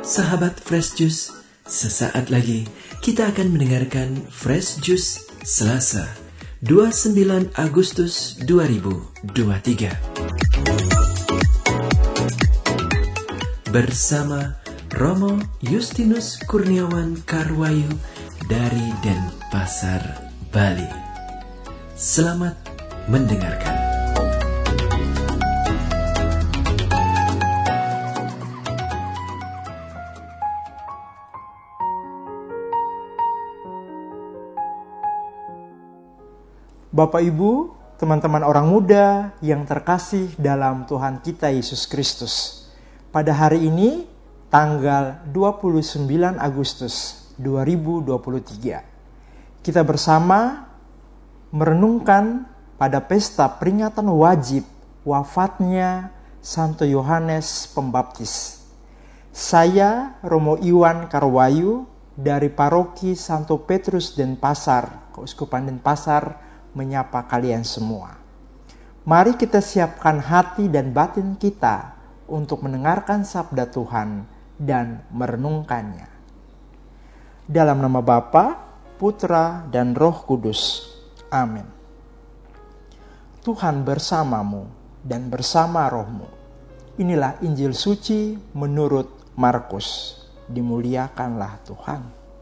Sahabat Fresh Juice, sesaat lagi kita akan mendengarkan Fresh Juice Selasa 29 Agustus 2023 bersama Romo Justinus Kurniawan Karwayu dari Denpasar, Bali. Selamat mendengarkan. Bapak Ibu, teman-teman orang muda yang terkasih dalam Tuhan kita Yesus Kristus. Pada hari ini, tanggal 29 Agustus 2023, kita bersama merenungkan pada pesta peringatan wajib wafatnya Santo Yohanes Pembaptis. Saya, Romo Iwan Karwayu, dari Paroki Santo Petrus Denpasar, Keuskupan Denpasar, menyapa kalian semua. Mari kita siapkan hati dan batin kita untuk mendengarkan sabda Tuhan dan merenungkannya. Dalam nama Bapa, Putra, dan Roh Kudus. Amin. Tuhan bersamamu dan bersama rohmu. Inilah Injil suci menurut Markus. Dimuliakanlah Tuhan.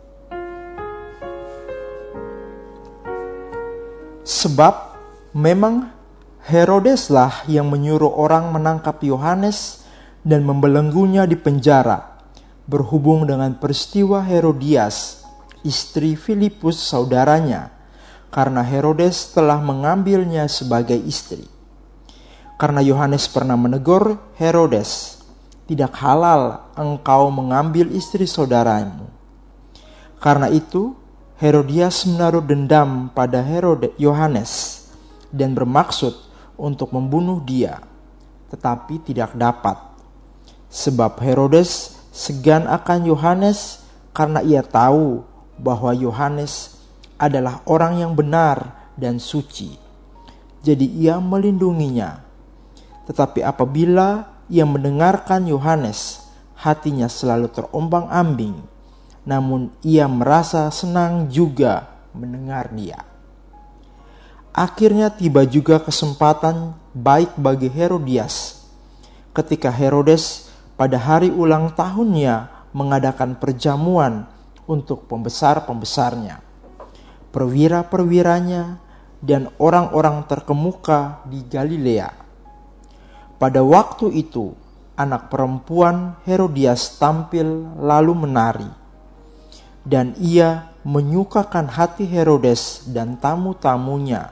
Sebab memang Herodeslah yang menyuruh orang menangkap Yohanes dan membelenggunya di penjara, berhubung dengan peristiwa Herodias, istri Filipus saudaranya, karena Herodes telah mengambilnya sebagai istri. Karena Yohanes pernah menegur Herodes, "Tidak halal engkau mengambil istri saudaramu." Karena itu Herodias menaruh dendam pada Yohanes dan bermaksud untuk membunuh dia, tetapi tidak dapat. Sebab Herodes segan akan Yohanes karena ia tahu bahwa Yohanes adalah orang yang benar dan suci. Jadi ia melindunginya. Tetapi apabila ia mendengarkan Yohanes, hatinya selalu terombang-ambing. Namun ia merasa senang juga mendengar dia. Akhirnya tiba juga kesempatan baik bagi Herodias ketika Herodes pada hari ulang tahunnya mengadakan perjamuan untuk pembesar-pembesarnya, perwira-perwiranya, dan orang-orang terkemuka di Galilea. Pada waktu itu, anak perempuan Herodias tampil lalu menari. Dan ia menyukakan hati Herodes dan tamu-tamunya.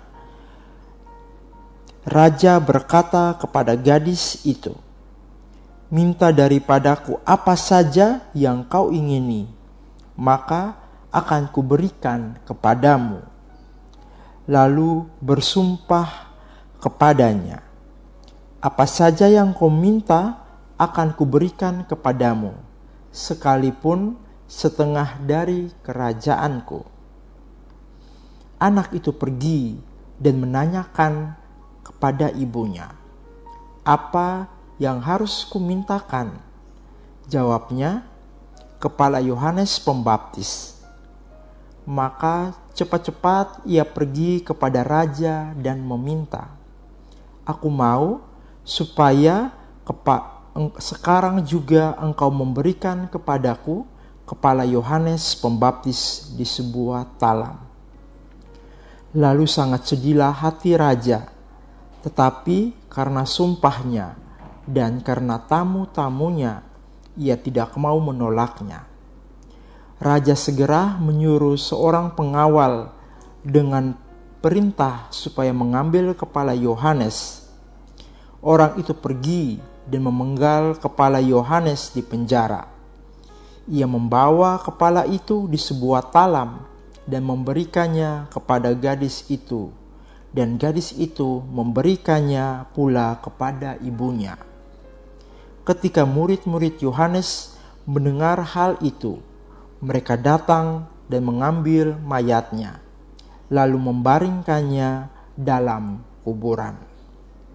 Raja berkata kepada gadis itu, "Minta daripadaku apa saja yang kau ingini, maka akan kuberikan kepadamu." Lalu bersumpah kepadanya, "Apa saja yang kau minta akan kuberikan kepadamu, sekalipun setengah dari kerajaanku." Anak itu pergi dan menanyakan kepada ibunya, "Apa yang harus kumintakan?" Jawabnya, "Kepala Yohanes Pembaptis." Maka cepat-cepat ia pergi kepada raja dan meminta, "Aku mau supaya sekarang juga engkau memberikan kepadaku kepala Yohanes Pembaptis di sebuah talam." Lalu sangat sedihlah hati raja, tetapi karena sumpahnya dan karena tamu-tamunya, ia tidak mau menolaknya. Raja segera menyuruh seorang pengawal dengan perintah supaya mengambil kepala Yohanes. Orang itu pergi dan memenggal kepala Yohanes di penjara. Ia membawa kepala itu di sebuah talam dan memberikannya kepada gadis itu, dan gadis itu memberikannya pula kepada ibunya. Ketika murid-murid Yohanes mendengar hal itu, mereka datang dan mengambil mayatnya, lalu membaringkannya dalam kuburan.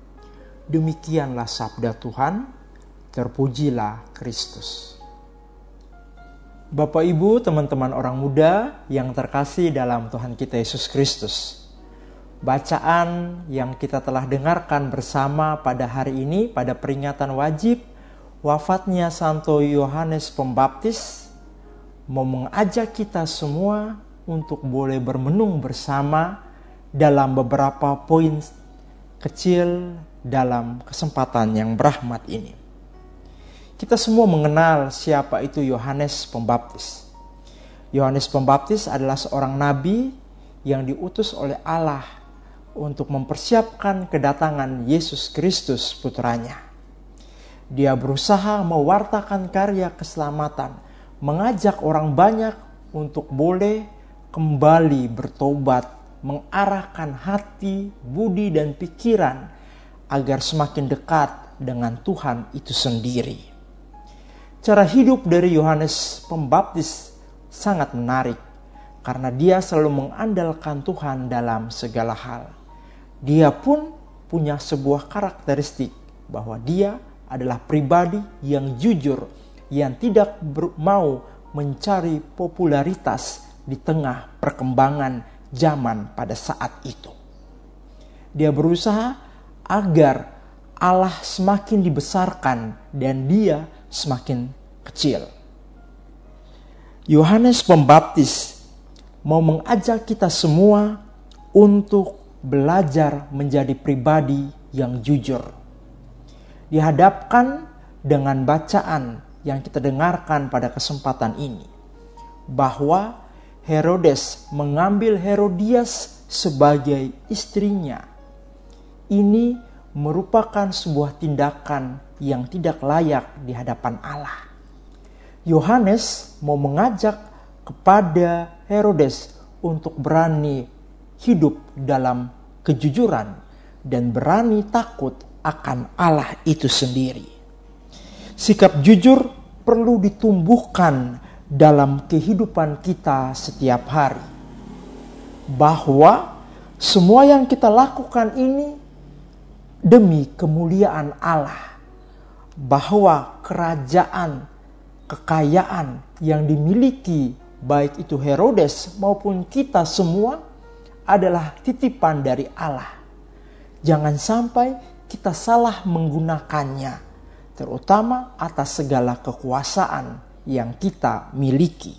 Demikianlah sabda Tuhan. Terpujilah Kristus. Bapak, Ibu, teman-teman orang muda yang terkasih dalam Tuhan kita Yesus Kristus. Bacaan yang kita telah dengarkan bersama pada hari ini, pada peringatan wajib wafatnya Santo Yohanes Pembaptis, mau mengajak kita semua untuk boleh bermenung bersama dalam beberapa poin kecil dalam kesempatan yang berahmat ini. Kita semua mengenal siapa itu Yohanes Pembaptis. Yohanes Pembaptis adalah seorang nabi yang diutus oleh Allah untuk mempersiapkan kedatangan Yesus Kristus putranya. Dia berusaha mewartakan karya keselamatan, mengajak orang banyak untuk boleh kembali bertobat, mengarahkan hati, budi, dan pikiran agar semakin dekat dengan Tuhan itu sendiri. Cara hidup dari Yohanes Pembaptis sangat menarik karena dia selalu mengandalkan Tuhan dalam segala hal. Dia pun punya sebuah karakteristik bahwa dia adalah pribadi yang jujur, yang tidak mau mencari popularitas di tengah perkembangan zaman pada saat itu. Dia berusaha agar Allah semakin dibesarkan dan dia semakin kecil. Yohanes Pembaptis mau mengajak kita semua untuk belajar menjadi pribadi yang jujur. Dihadapkan dengan bacaan yang kita dengarkan pada kesempatan ini, bahwa Herodes mengambil Herodias sebagai istrinya. Ini merupakan sebuah tindakan yang tidak layak di hadapan Allah. Yohanes mau mengajak kepada Herodes untuk berani hidup dalam kejujuran dan berani takut akan Allah itu sendiri. Sikap jujur perlu ditumbuhkan dalam kehidupan kita setiap hari. Bahwa semua yang kita lakukan ini demi kemuliaan Allah, bahwa kerajaan, kekayaan yang dimiliki baik itu Herodes maupun kita semua adalah titipan dari Allah. Jangan sampai kita salah menggunakannya, terutama atas segala kekuasaan yang kita miliki.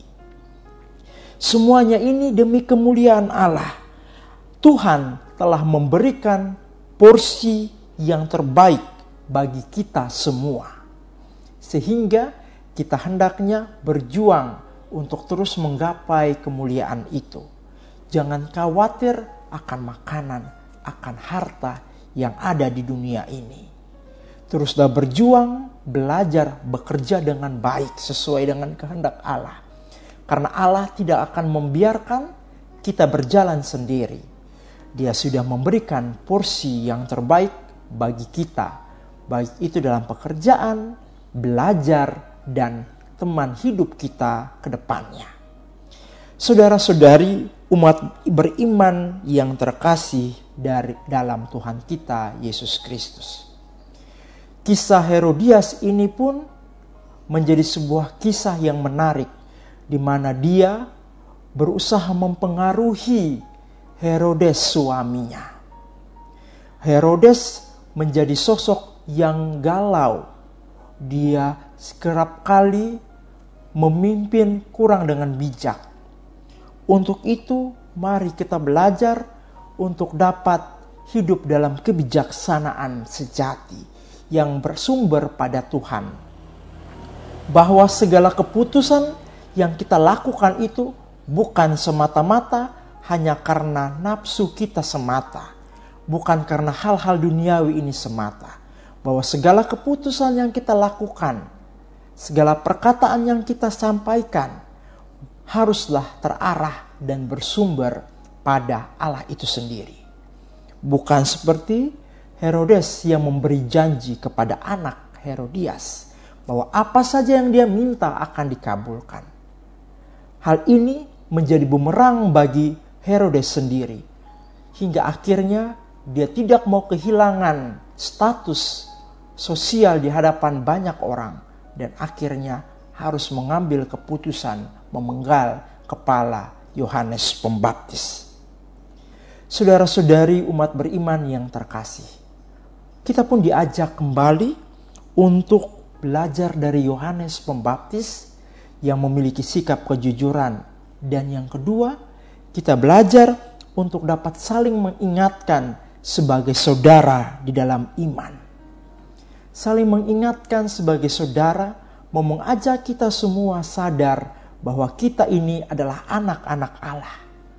Semuanya ini demi kemuliaan Allah. Tuhan telah memberikan porsi yang terbaik bagi kita semua. Sehingga kita hendaknya berjuang untuk terus menggapai kemuliaan itu. Jangan khawatir akan makanan, akan harta yang ada di dunia ini. Teruslah berjuang, belajar, bekerja dengan baik sesuai dengan kehendak Allah. Karena Allah tidak akan membiarkan kita berjalan sendiri. Dia sudah memberikan porsi yang terbaik bagi kita, baik itu dalam pekerjaan, belajar, dan teman hidup kita ke depannya. Saudara-saudari, umat beriman yang terkasih dalam Tuhan kita Yesus Kristus. Kisah Herodias ini pun menjadi sebuah kisah yang menarik, di mana dia berusaha mempengaruhi Herodes suaminya. Herodes menjadi sosok yang galau. Dia kerap kali memimpin kurang dengan bijak. Untuk itu, mari kita belajar untuk dapat hidup dalam kebijaksanaan sejati yang bersumber pada Tuhan. Bahwa segala keputusan yang kita lakukan itu bukan semata-mata hanya karena nafsu kita semata, bukan karena hal-hal duniawi ini semata. Bahwa segala keputusan yang kita lakukan, segala perkataan yang kita sampaikan, haruslah terarah dan bersumber pada Allah itu sendiri. Bukan seperti Herodes yang memberi janji kepada anak Herodias bahwa apa saja yang dia minta akan dikabulkan. Hal ini menjadi bumerang bagi Herodes sendiri, hingga akhirnya dia tidak mau kehilangan status sosial di hadapan banyak orang, dan akhirnya harus mengambil keputusan memenggal kepala Yohanes Pembaptis. Saudara-saudari umat beriman yang terkasih, kita pun diajak kembali untuk belajar dari Yohanes Pembaptis yang memiliki sikap kejujuran. Dan yang kedua, kita belajar untuk dapat saling mengingatkan sebagai saudara di dalam iman. Saling mengingatkan sebagai saudara mau mengajak kita semua sadar bahwa kita ini adalah anak-anak Allah.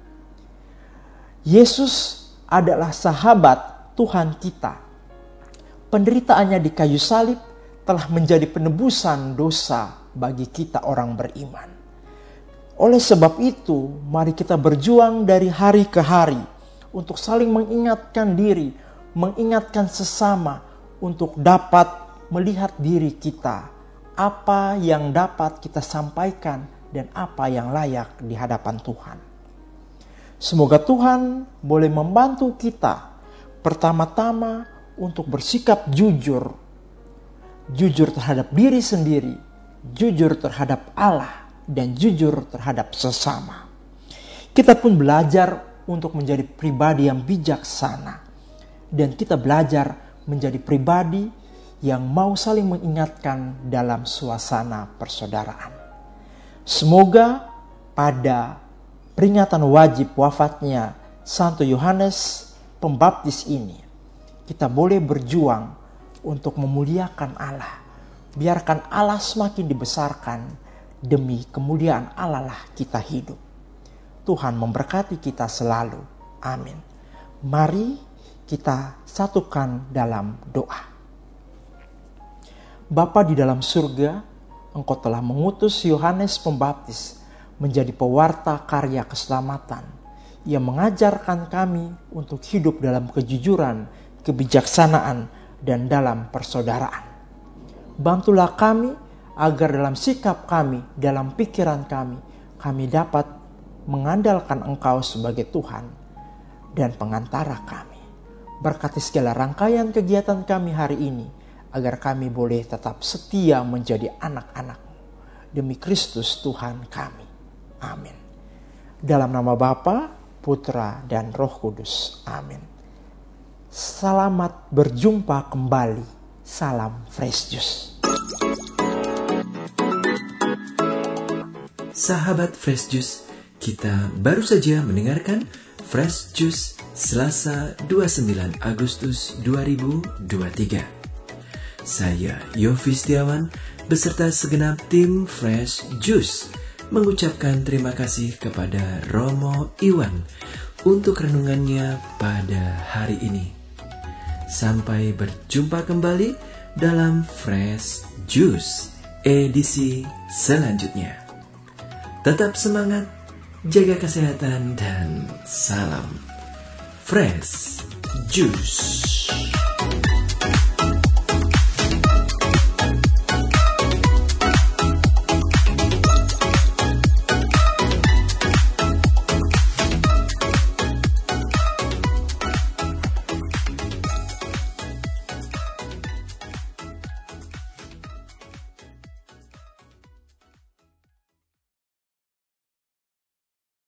Yesus adalah sahabat Tuhan kita. Penderitaannya di kayu salib telah menjadi penebusan dosa bagi kita orang beriman. Oleh sebab itu, mari kita berjuang dari hari ke hari untuk saling mengingatkan diri, mengingatkan sesama untuk dapat melihat diri kita, apa yang dapat kita sampaikan dan apa yang layak di hadapan Tuhan. Semoga Tuhan boleh membantu kita pertama-tama untuk bersikap jujur. Jujur terhadap diri sendiri, jujur terhadap Allah, dan jujur terhadap sesama. Kita pun belajar untuk menjadi pribadi yang bijaksana. Dan kita belajar menjadi pribadi yang mau saling mengingatkan dalam suasana persaudaraan. Semoga pada peringatan wajib wafatnya Santo Yohanes Pembaptis ini, kita boleh berjuang untuk memuliakan Allah. Biarkan Allah semakin dibesarkan, demi kemuliaan Allah lah kita hidup. Tuhan memberkati kita selalu. Amin. Mari kita satukan dalam doa. Bapa di dalam surga, Engkau telah mengutus Yohanes Pembaptis menjadi pewarta karya keselamatan. Ia mengajarkan kami untuk hidup dalam kejujuran, kebijaksanaan, dan dalam persaudaraan. Bantulah kami agar dalam sikap kami, dalam pikiran kami dapat mengandalkan Engkau sebagai Tuhan dan pengantara kami. Berkati segala rangkaian kegiatan kami hari ini, agar kami boleh tetap setia menjadi anak-anak-Mu. Demi Kristus Tuhan kami. Amin. Dalam nama Bapa, Putra, dan Roh Kudus. Amin. Selamat berjumpa kembali. Salam Fresh Juice. Sahabat Fresh Juice, kita baru saja mendengarkan Fresh Juice Selasa 29 Agustus 2023. Saya Yofi Setiawan beserta segenap tim Fresh Juice mengucapkan terima kasih kepada Romo Iwan untuk renungannya pada hari ini. Sampai berjumpa kembali dalam Fresh Juice edisi selanjutnya. Tetap semangat, jaga kesehatan, dan salam Fresh Juice.